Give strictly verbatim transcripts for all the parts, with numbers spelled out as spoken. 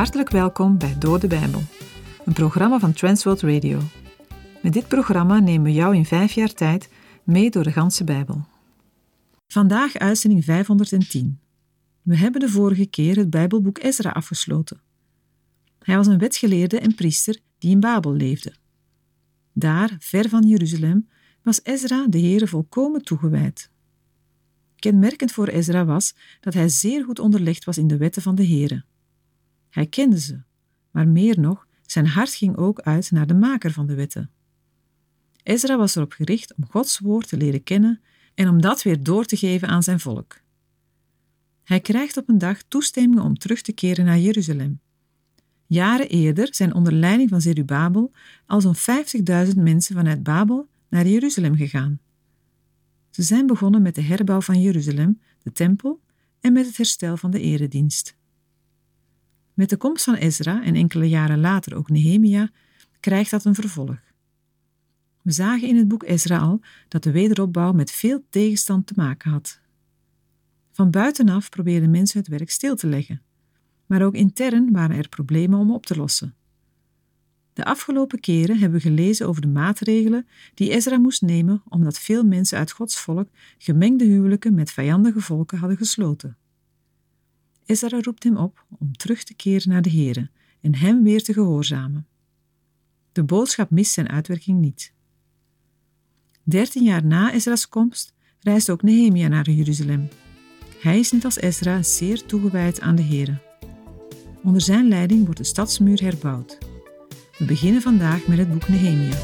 Hartelijk welkom bij Door de Bijbel, een programma van Transworld Radio. Met dit programma nemen we jou in vijf jaar tijd mee door de ganse Bijbel. Vandaag uitzending vijfhonderdtien. We hebben de vorige keer het Bijbelboek Ezra afgesloten. Hij was een wetgeleerde en priester die in Babel leefde. Daar, ver van Jeruzalem, was Ezra de Heere volkomen toegewijd. Kenmerkend voor Ezra was dat hij zeer goed onderlegd was in de wetten van de Heere. Hij kende ze, maar meer nog, zijn hart ging ook uit naar de maker van de wetten. Ezra was erop gericht om Gods woord te leren kennen en om dat weer door te geven aan zijn volk. Hij krijgt op een dag toestemming om terug te keren naar Jeruzalem. Jaren eerder zijn onder leiding van Zerubabel al zo'n vijftigduizend mensen vanuit Babel naar Jeruzalem gegaan. Ze zijn begonnen met de herbouw van Jeruzalem, de tempel en met het herstel van de eredienst. Met de komst van Ezra en enkele jaren later ook Nehemia krijgt dat een vervolg. We zagen in het boek Ezra al dat de wederopbouw met veel tegenstand te maken had. Van buitenaf probeerden mensen het werk stil te leggen, maar ook intern waren er problemen om op te lossen. De afgelopen keren hebben we gelezen over de maatregelen die Ezra moest nemen omdat veel mensen uit Gods volk gemengde huwelijken met vijandige volken hadden gesloten. Ezra roept hem op om terug te keren naar de Heere en hem weer te gehoorzamen. De boodschap mist zijn uitwerking niet. Dertien jaar na Ezra's komst reist ook Nehemia naar Jeruzalem. Hij is net als Ezra zeer toegewijd aan de Heere. Onder zijn leiding wordt de stadsmuur herbouwd. We beginnen vandaag met het boek Nehemia.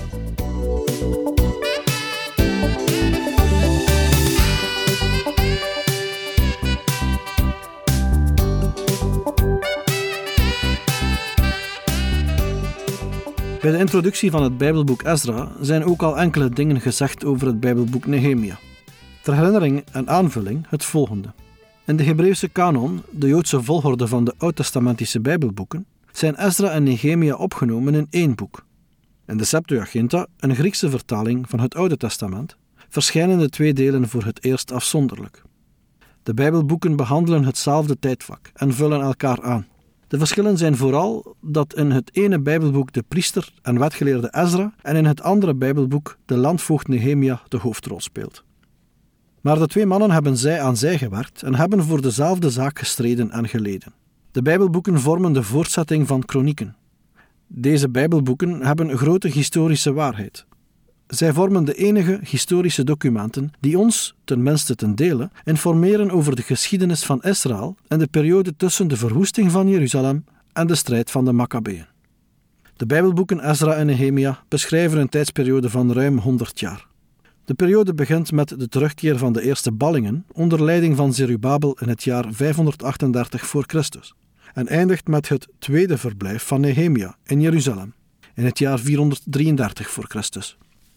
Bij de introductie van het Bijbelboek Ezra zijn ook al enkele dingen gezegd over het Bijbelboek Nehemia. Ter herinnering en aanvulling het volgende. In de Hebreeuwse kanon, de Joodse volgorde van de oud-testamentische Bijbelboeken, zijn Ezra en Nehemia opgenomen in één boek. In de Septuaginta, een Griekse vertaling van het Oude Testament, verschijnen de twee delen voor het eerst afzonderlijk. De Bijbelboeken behandelen hetzelfde tijdvak en vullen elkaar aan. De verschillen zijn vooral dat in het ene Bijbelboek de priester en wetgeleerde Ezra en in het andere Bijbelboek de landvoogd Nehemia de hoofdrol speelt. Maar de twee mannen hebben zij aan zij gewerkt en hebben voor dezelfde zaak gestreden en geleden. De Bijbelboeken vormen de voortzetting van kronieken. Deze Bijbelboeken hebben grote historische waarheid. Zij vormen de enige historische documenten die ons, tenminste ten dele, informeren over de geschiedenis van Israël en de periode tussen de verwoesting van Jeruzalem en de strijd van de Makkabeeën. De Bijbelboeken Ezra en Nehemia beschrijven een tijdsperiode van ruim honderd jaar. De periode begint met de terugkeer van de eerste ballingen onder leiding van Zerubabel in het jaar vijfhonderdachtendertig voor Christus en eindigt met het tweede verblijf van Nehemia in Jeruzalem in het jaar vierhonderddrieëndertig voor Christus.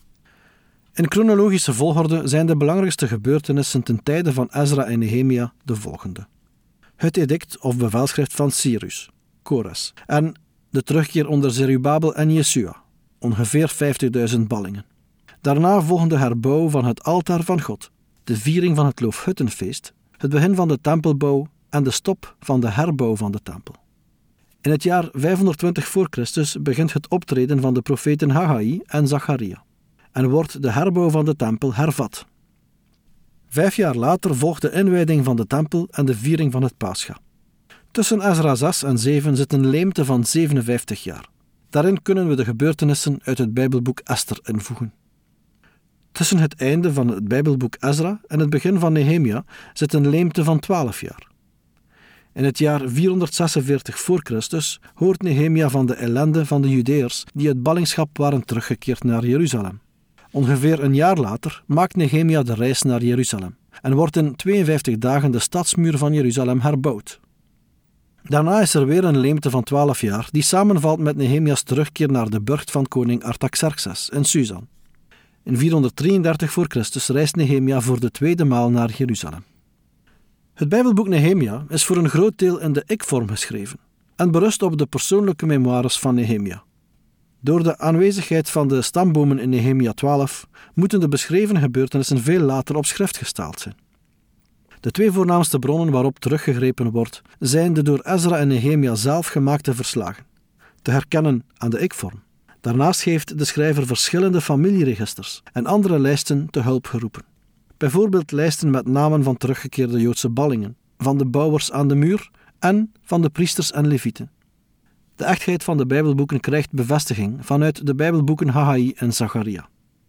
In chronologische volgorde zijn de belangrijkste gebeurtenissen ten tijde van Ezra en Nehemia de volgende. Het edict of bevelschrift van Cyrus, Kores, en de terugkeer onder Zerubabel en Jesua, ongeveer vijftigduizend ballingen. Daarna volgen de herbouw van het altaar van God, de viering van het Loofhuttenfeest, het begin van de tempelbouw en de stop van de herbouw van de tempel. In het jaar vijfhonderdtwintig voor Christus begint het optreden van de profeten Haggai en Zacharia en wordt de herbouw van de tempel hervat. Vijf jaar later volgt de inwijding van de tempel en de viering van het Pascha. Tussen Ezra zes en zeven zit een leemte van zevenenvijftig jaar. Daarin kunnen we de gebeurtenissen uit het Bijbelboek Ester invoegen. Tussen het einde van het Bijbelboek Ezra en het begin van Nehemia zit een leemte van twaalf jaar. In het jaar vierhonderdzesenveertig voor Christus hoort Nehemia van de ellende van de Judeërs die uit ballingschap waren teruggekeerd naar Jeruzalem. Ongeveer een jaar later maakt Nehemia de reis naar Jeruzalem en wordt in tweeënvijftig dagen de stadsmuur van Jeruzalem herbouwd. Daarna is er weer een leemte van twaalf jaar die samenvalt met Nehemia's terugkeer naar de burcht van koning Artaxerxes in Susan. In vierhonderddrieëndertig voor Christus reist Nehemia voor de tweede maal naar Jeruzalem. Het Bijbelboek Nehemia is voor een groot deel in de ik-vorm geschreven en berust op de persoonlijke memoires van Nehemia. Door de aanwezigheid van de stambomen in Nehemia twaalf moeten de beschreven gebeurtenissen veel later op schrift gesteld zijn. De twee voornaamste bronnen waarop teruggegrepen wordt, zijn de door Ezra en Nehemia zelf gemaakte verslagen, te herkennen aan de ik-vorm. Daarnaast heeft de schrijver verschillende familieregisters en andere lijsten te hulp geroepen. Bijvoorbeeld lijsten met namen van teruggekeerde Joodse ballingen, van de bouwers aan de muur en van de priesters en levieten. De echtheid van de Bijbelboeken krijgt bevestiging vanuit de Bijbelboeken Haggai en Zacharia.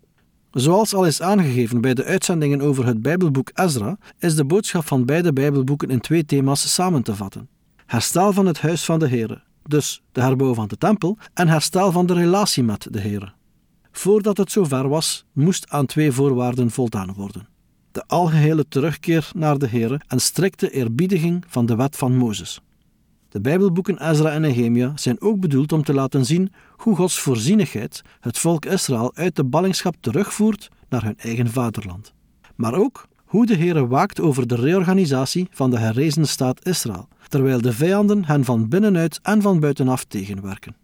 Zoals al is aangegeven bij de uitzendingen over het Bijbelboek Ezra, is de boodschap van beide Bijbelboeken in twee thema's samen te vatten. Herstel van het huis van de Heere, dus de herbouw van de tempel, en herstel van de relatie met de Heere. Voordat het zover was, moest aan twee voorwaarden voldaan worden. De algehele terugkeer naar de Heere en strikte eerbiediging van de wet van Mozes. De Bijbelboeken Ezra en Nehemia zijn ook bedoeld om te laten zien hoe Gods voorzienigheid het volk Israël uit de ballingschap terugvoert naar hun eigen vaderland. Maar ook hoe de Heere waakt over de reorganisatie van de herrezen staat Israël, terwijl de vijanden hen van binnenuit en van buitenaf tegenwerken.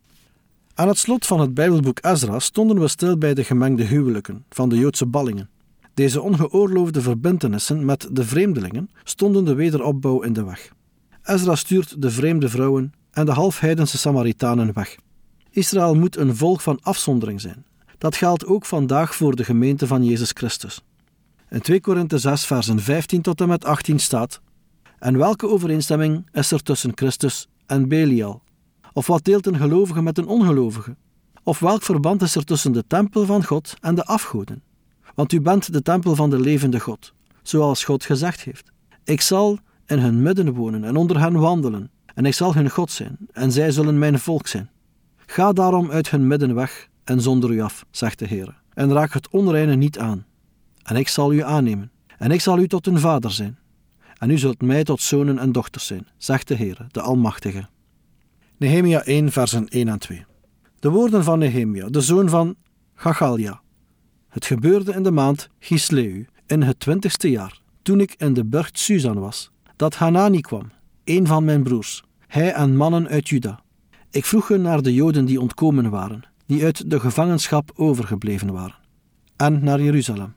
Aan het slot van het Bijbelboek Ezra stonden we stil bij de gemengde huwelijken van de Joodse ballingen. Deze ongeoorloofde verbintenissen met de vreemdelingen stonden de wederopbouw in de weg. Ezra stuurt de vreemde vrouwen en de halfheidense Samaritanen weg. Israël moet een volk van afzondering zijn. Dat geldt ook vandaag voor de gemeente van Jezus Christus. In twee Korinthe zes versen vijftien tot en met achttien staat: En welke overeenstemming is er tussen Christus en Belial? Of wat deelt een gelovige met een ongelovige? Of welk verband is er tussen de tempel van God en de afgoden? Want u bent de tempel van de levende God, zoals God gezegd heeft. Ik zal in hun midden wonen en onder hen wandelen, en ik zal hun God zijn, en zij zullen mijn volk zijn. Ga daarom uit hun midden weg en zonder u af, zegt de Heer, en raak het onreine niet aan. En ik zal u aannemen, en ik zal u tot een vader zijn. En u zult mij tot zonen en dochters zijn, zegt de Heer, de Almachtige. Nehemia één, versen één en twee. De woorden van Nehemia, de zoon van Chachalja. Het gebeurde in de maand Gisleu, in het twintigste jaar, toen ik in de burcht Susan was, dat Hanani kwam, een van mijn broers, hij en mannen uit Juda. Ik vroeg hun naar de Joden die ontkomen waren, die uit de gevangenschap overgebleven waren, en naar Jeruzalem.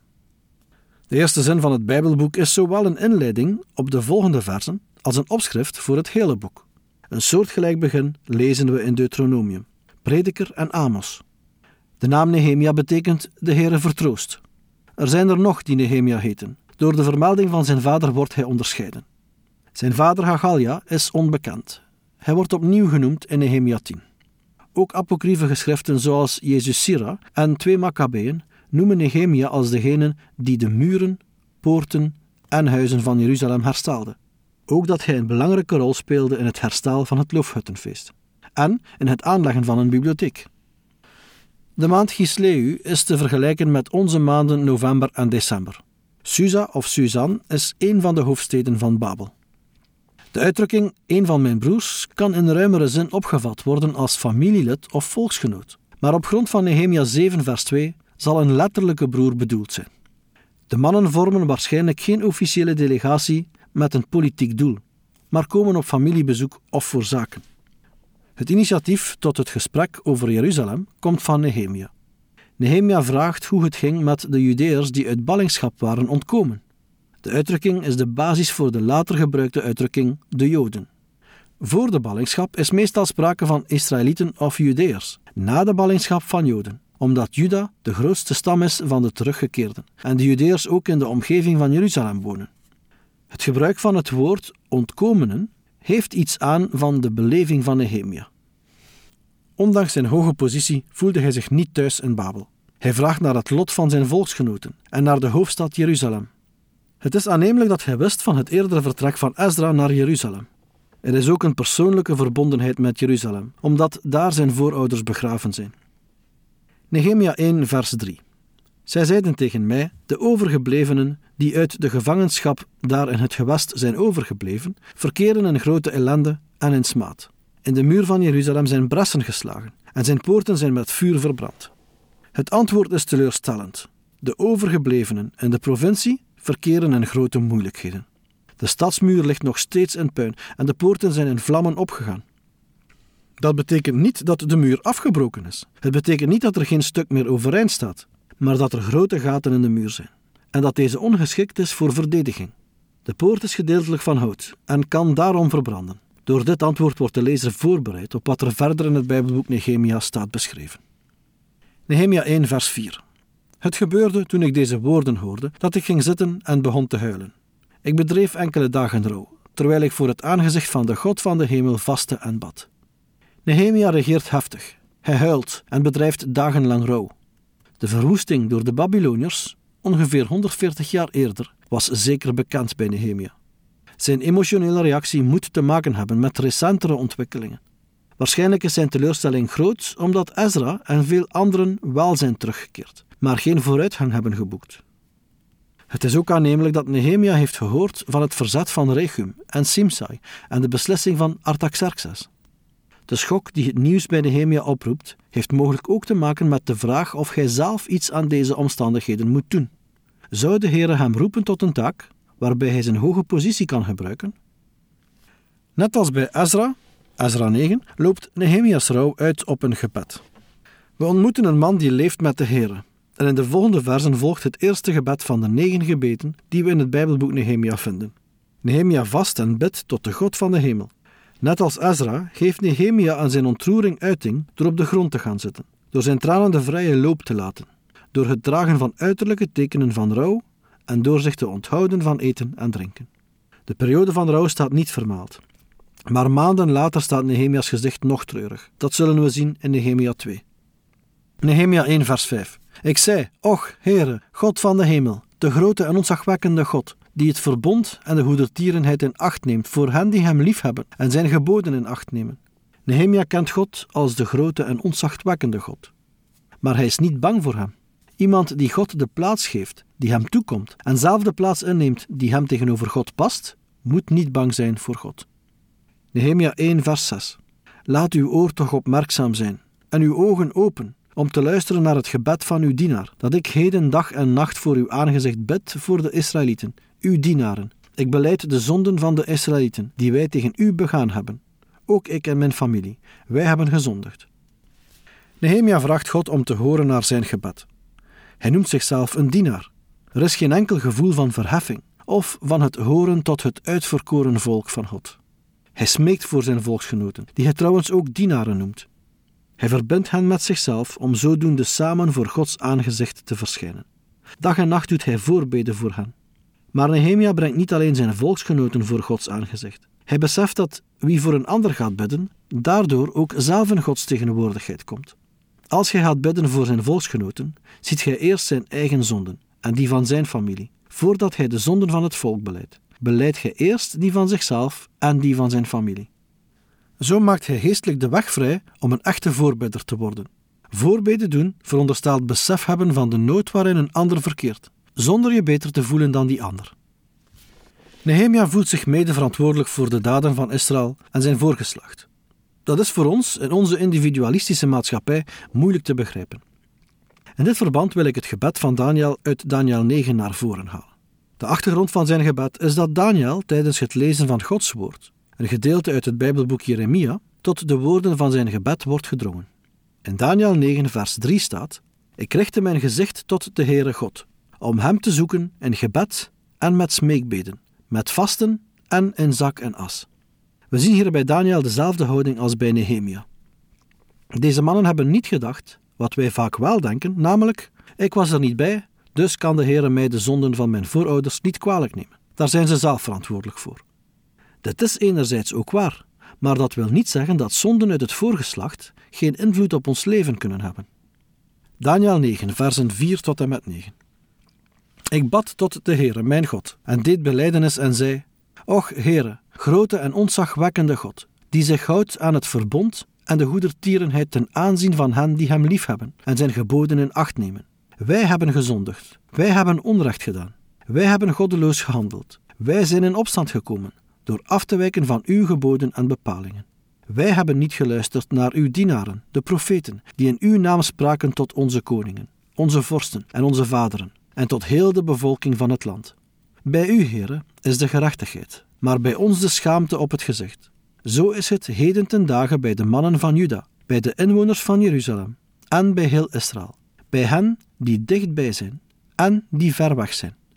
De eerste zin van het Bijbelboek is zowel een inleiding op de volgende versen als een opschrift voor het hele boek. Een soortgelijk begin lezen we in Deuteronomium, Prediker en Amos. De naam Nehemia betekent de Heere vertroost. Er zijn er nog die Nehemia heten. Door de vermelding van zijn vader wordt hij onderscheiden. Zijn vader Chachalja is onbekend. Hij wordt opnieuw genoemd in Nehemia tien. Ook apocryfe geschriften zoals Jezus Sira en twee Makkabeeën noemen Nehemia als degene die de muren, poorten en huizen van Jeruzalem herstelde. Ook dat hij een belangrijke rol speelde in het herstel van het Loofhuttenfeest en in het aanleggen van een bibliotheek. De maand Gisleu is te vergelijken met onze maanden november en december. Susa of Susan is een van de hoofdsteden van Babel. De uitdrukking een van mijn broers kan in ruimere zin opgevat worden als familielid of volksgenoot, maar op grond van Nehemia zeven vers twee zal een letterlijke broer bedoeld zijn. De mannen vormen waarschijnlijk geen officiële delegatie met een politiek doel, maar komen op familiebezoek of voor zaken. Het initiatief tot het gesprek over Jeruzalem komt van Nehemia. Nehemia vraagt hoe het ging met de Judeërs die uit ballingschap waren ontkomen. De uitdrukking is de basis voor de later gebruikte uitdrukking de Joden. Voor de ballingschap is meestal sprake van Israëlieten of Judeërs, na de ballingschap van Joden, omdat Juda de grootste stam is van de teruggekeerden en de Judeërs ook in de omgeving van Jeruzalem wonen. Het gebruik van het woord ontkomenen heeft iets aan van de beleving van Nehemia. Ondanks zijn hoge positie voelde hij zich niet thuis in Babel. Hij vraagt naar het lot van zijn volksgenoten en naar de hoofdstad Jeruzalem. Het is aannemelijk dat hij wist van het eerdere vertrek van Ezra naar Jeruzalem. Er is ook een persoonlijke verbondenheid met Jeruzalem, omdat daar zijn voorouders begraven zijn. Nehemia één vers drie. Zij zeiden tegen mij, de overgeblevenen die uit de gevangenschap daar in het gewest zijn overgebleven, verkeren in grote ellende en in smaad. In de muur van Jeruzalem zijn bressen geslagen en zijn poorten zijn met vuur verbrand. Het antwoord is teleurstellend. De overgeblevenen in de provincie verkeren in grote moeilijkheden. De stadsmuur ligt nog steeds in puin en de poorten zijn in vlammen opgegaan. Dat betekent niet dat de muur afgebroken is. Het betekent niet dat er geen stuk meer overeind staat, maar dat er grote gaten in de muur zijn en dat deze ongeschikt is voor verdediging. De poort is gedeeltelijk van hout en kan daarom verbranden. Door dit antwoord wordt de lezer voorbereid op wat er verder in het Bijbelboek Nehemia staat beschreven. Nehemia één vers vier. Het gebeurde toen ik deze woorden hoorde, dat ik ging zitten en begon te huilen. Ik bedreef enkele dagen rouw, terwijl ik voor het aangezicht van de God van de hemel vastte en bad. Nehemia regeert heftig. Hij huilt en bedrijft dagenlang rouw. De verwoesting door de Babyloniërs, ongeveer honderdveertig jaar eerder, was zeker bekend bij Nehemia. Zijn emotionele reactie moet te maken hebben met recentere ontwikkelingen. Waarschijnlijk is zijn teleurstelling groot, omdat Ezra en veel anderen wel zijn teruggekeerd, maar geen vooruitgang hebben geboekt. Het is ook aannemelijk dat Nehemia heeft gehoord van het verzet van Rechum en Simsai en de beslissing van Artaxerxes. De schok die het nieuws bij Nehemia oproept, heeft mogelijk ook te maken met de vraag of hij zelf iets aan deze omstandigheden moet doen. Zou de Heere hem roepen tot een taak waarbij hij zijn hoge positie kan gebruiken? Net als bij Ezra, Ezra negen, loopt Nehemia's rouw uit op een gebed. We ontmoeten een man die leeft met de Heere. En in de volgende versen volgt het eerste gebed van de negen gebeden die we in het Bijbelboek Nehemia vinden. Nehemia vast en bidt tot de God van de hemel. Net als Ezra geeft Nehemia aan zijn ontroering uiting door op de grond te gaan zitten, door zijn tranen de vrije loop te laten, door het dragen van uiterlijke tekenen van rouw en door zich te onthouden van eten en drinken. De periode van rouw staat niet vermeld. Maar maanden later staat Nehemia's gezicht nog treurig. Dat zullen we zien in Nehemia twee. Nehemia één vers vijf. Ik zei, och, Heere, God van de hemel, de grote en ontzagwekkende God, die het verbond en de goedertierenheid in acht neemt voor hen die hem liefhebben en zijn geboden in acht nemen. Nehemia kent God als de grote en ontzagwekkende God. Maar hij is niet bang voor hem. Iemand die God de plaats geeft die hem toekomt en zelf de plaats inneemt die hem tegenover God past, moet niet bang zijn voor God. Nehemia één vers zes. Laat uw oor toch opmerkzaam zijn en uw ogen open, om te luisteren naar het gebed van uw dienaar, dat ik heden dag en nacht voor uw aangezicht bid voor de Israëlieten, uw dienaren. Ik belijd de zonden van de Israëlieten, die wij tegen u begaan hebben. Ook ik en mijn familie, wij hebben gezondigd. Nehemia vraagt God om te horen naar zijn gebed. Hij noemt zichzelf een dienaar. Er is geen enkel gevoel van verheffing, of van het horen tot het uitverkoren volk van God. Hij smeekt voor zijn volksgenoten, die hij trouwens ook dienaren noemt. Hij verbindt hen met zichzelf om zodoende samen voor Gods aangezicht te verschijnen. Dag en nacht doet hij voorbeden voor hen. Maar Nehemia brengt niet alleen zijn volksgenoten voor Gods aangezicht. Hij beseft dat wie voor een ander gaat bidden, daardoor ook zelf in Gods tegenwoordigheid komt. Als hij gaat bidden voor zijn volksgenoten, ziet hij eerst zijn eigen zonden en die van zijn familie, voordat hij de zonden van het volk beleidt. Beleidt hij eerst die van zichzelf en die van zijn familie. Zo maakt hij geestelijk de weg vrij om een echte voorbidder te worden. Voorbeden doen veronderstelt besef hebben van de nood waarin een ander verkeert, zonder je beter te voelen dan die ander. Nehemia voelt zich mede verantwoordelijk voor de daden van Israël en zijn voorgeslacht. Dat is voor ons, in onze individualistische maatschappij, moeilijk te begrijpen. In dit verband wil ik het gebed van Daniel uit Daniel negen naar voren halen. De achtergrond van zijn gebed is dat Daniel tijdens het lezen van Gods woord, een gedeelte uit het Bijbelboek Jeremia, tot de woorden van zijn gebed wordt gedrongen. In Daniel negen vers drie staat: Ik richtte mijn gezicht tot de Heere God, om hem te zoeken in gebed en met smeekbeden, met vasten en in zak en as. We zien hier bij Daniel dezelfde houding als bij Nehemia. Deze mannen hebben niet gedacht, wat wij vaak wel denken, namelijk, ik was er niet bij, dus kan de Heere mij de zonden van mijn voorouders niet kwalijk nemen. Daar zijn ze zelf verantwoordelijk voor. Dit is enerzijds ook waar, maar dat wil niet zeggen dat zonden uit het voorgeslacht geen invloed op ons leven kunnen hebben. Daniel negen, versen vier tot en met negen. Ik bad tot de Heere, mijn God, en deed belijdenis en zei: Och, Heere, grote en ontzagwekkende God, die zich houdt aan het verbond en de goedertierenheid ten aanzien van hen die hem liefhebben en zijn geboden in acht nemen. Wij hebben gezondigd, wij hebben onrecht gedaan, wij hebben goddeloos gehandeld, wij zijn in opstand gekomen door af te wijken van uw geboden en bepalingen. Wij hebben niet geluisterd naar uw dienaren, de profeten, die in uw naam spraken tot onze koningen, onze vorsten en onze vaderen, en tot heel de bevolking van het land. Bij u, Heere, is de gerechtigheid, maar bij ons de schaamte op het gezicht. Zo is het heden ten dagen bij de mannen van Juda, bij de inwoners van Jeruzalem en bij heel Israël, bij hen die dichtbij zijn en die ver weg zijn,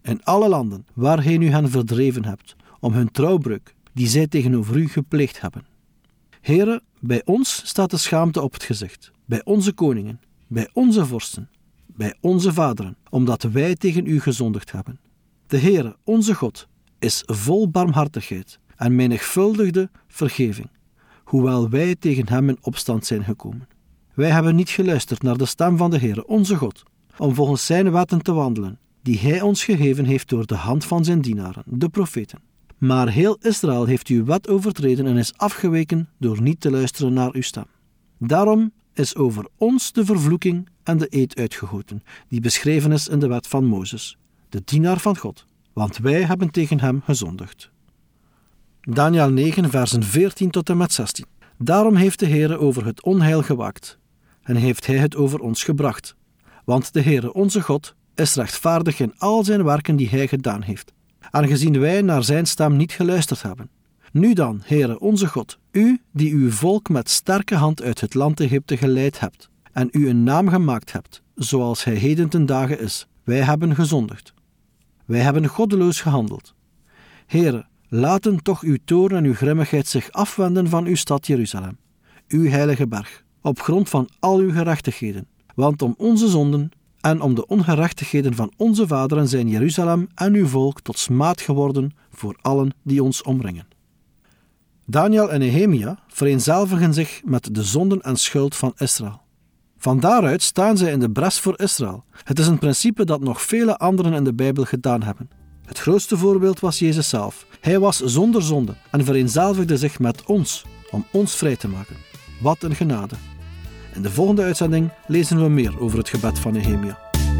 in alle landen waarheen u hen verdreven hebt, om hun trouwbreuk, die zij tegenover u gepleegd hebben. Heere, bij ons staat de schaamte op het gezicht, bij onze koningen, bij onze vorsten, bij onze vaderen, omdat wij tegen u gezondigd hebben. De Heere, onze God, is vol barmhartigheid en menigvuldigde vergeving, hoewel wij tegen hem in opstand zijn gekomen. Wij hebben niet geluisterd naar de stem van de Heere, onze God, om volgens zijn wetten te wandelen, die hij ons gegeven heeft door de hand van zijn dienaren, de profeten. Maar heel Israël heeft uw wet overtreden en is afgeweken door niet te luisteren naar uw stem. Daarom is over ons de vervloeking en de eed uitgegoten, die beschreven is in de wet van Mozes, de dienaar van God, want wij hebben tegen hem gezondigd. Daniël negen, versen veertien tot en met zestien. Daarom heeft de Heere over het onheil gewaakt, en heeft hij het over ons gebracht. Want de Heere, onze God, is rechtvaardig in al zijn werken die hij gedaan heeft, aangezien wij naar zijn stem niet geluisterd hebben. Nu dan, Heere, onze God, u die uw volk met sterke hand uit het land Egypte geleid hebt, en u een naam gemaakt hebt, zoals hij heden ten dagen is, wij hebben gezondigd. Wij hebben goddeloos gehandeld. Heere, laten toch uw toorn en uw grimmigheid zich afwenden van uw stad Jeruzalem, uw heilige berg, op grond van al uw gerechtigheden. Want om onze zonden en om de ongerechtigheden van onze vaderen zijn Jeruzalem en uw volk tot smaad geworden voor allen die ons omringen. Daniël en Nehemia vereenzelvigen zich met de zonden en schuld van Israël. Van daaruit staan zij in de bres voor Israël. Het is een principe dat nog vele anderen in de Bijbel gedaan hebben. Het grootste voorbeeld was Jezus zelf. Hij was zonder zonde en vereenzelvigde zich met ons om ons vrij te maken. Wat een genade! In de volgende uitzending lezen we meer over het gebed van Nehemia.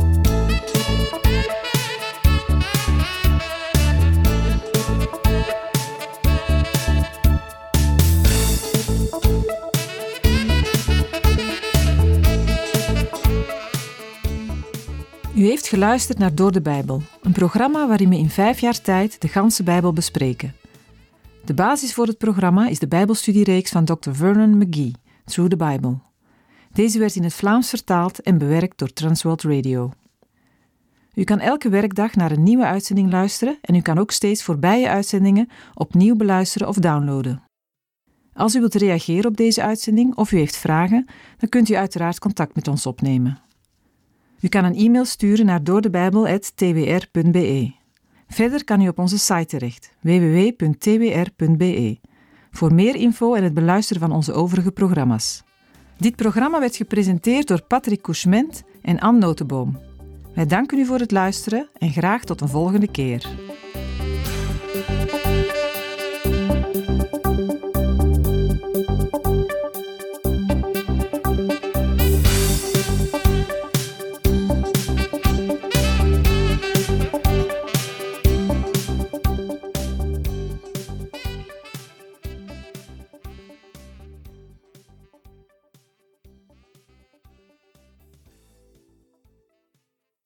U heeft geluisterd naar Door de Bijbel, een programma waarin we in vijf jaar tijd de ganse Bijbel bespreken. De basis voor het programma is de Bijbelstudiereeks van dokter Vernon McGee, Through the Bible. Deze werd in het Vlaams vertaald en bewerkt door Transworld Radio. U kan elke werkdag naar een nieuwe uitzending luisteren en u kan ook steeds voorbije uitzendingen opnieuw beluisteren of downloaden. Als u wilt reageren op deze uitzending of u heeft vragen, dan kunt u uiteraard contact met ons opnemen. U kan een e-mail sturen naar doordebijbel apenstaartje t w r punt b e. Verder kan u op onze site terecht, w w w punt t w r punt b e, voor meer info en het beluisteren van onze overige programma's. Dit programma werd gepresenteerd door Patrick Couchement en Anne Notenboom. Wij danken u voor het luisteren en graag tot een volgende keer.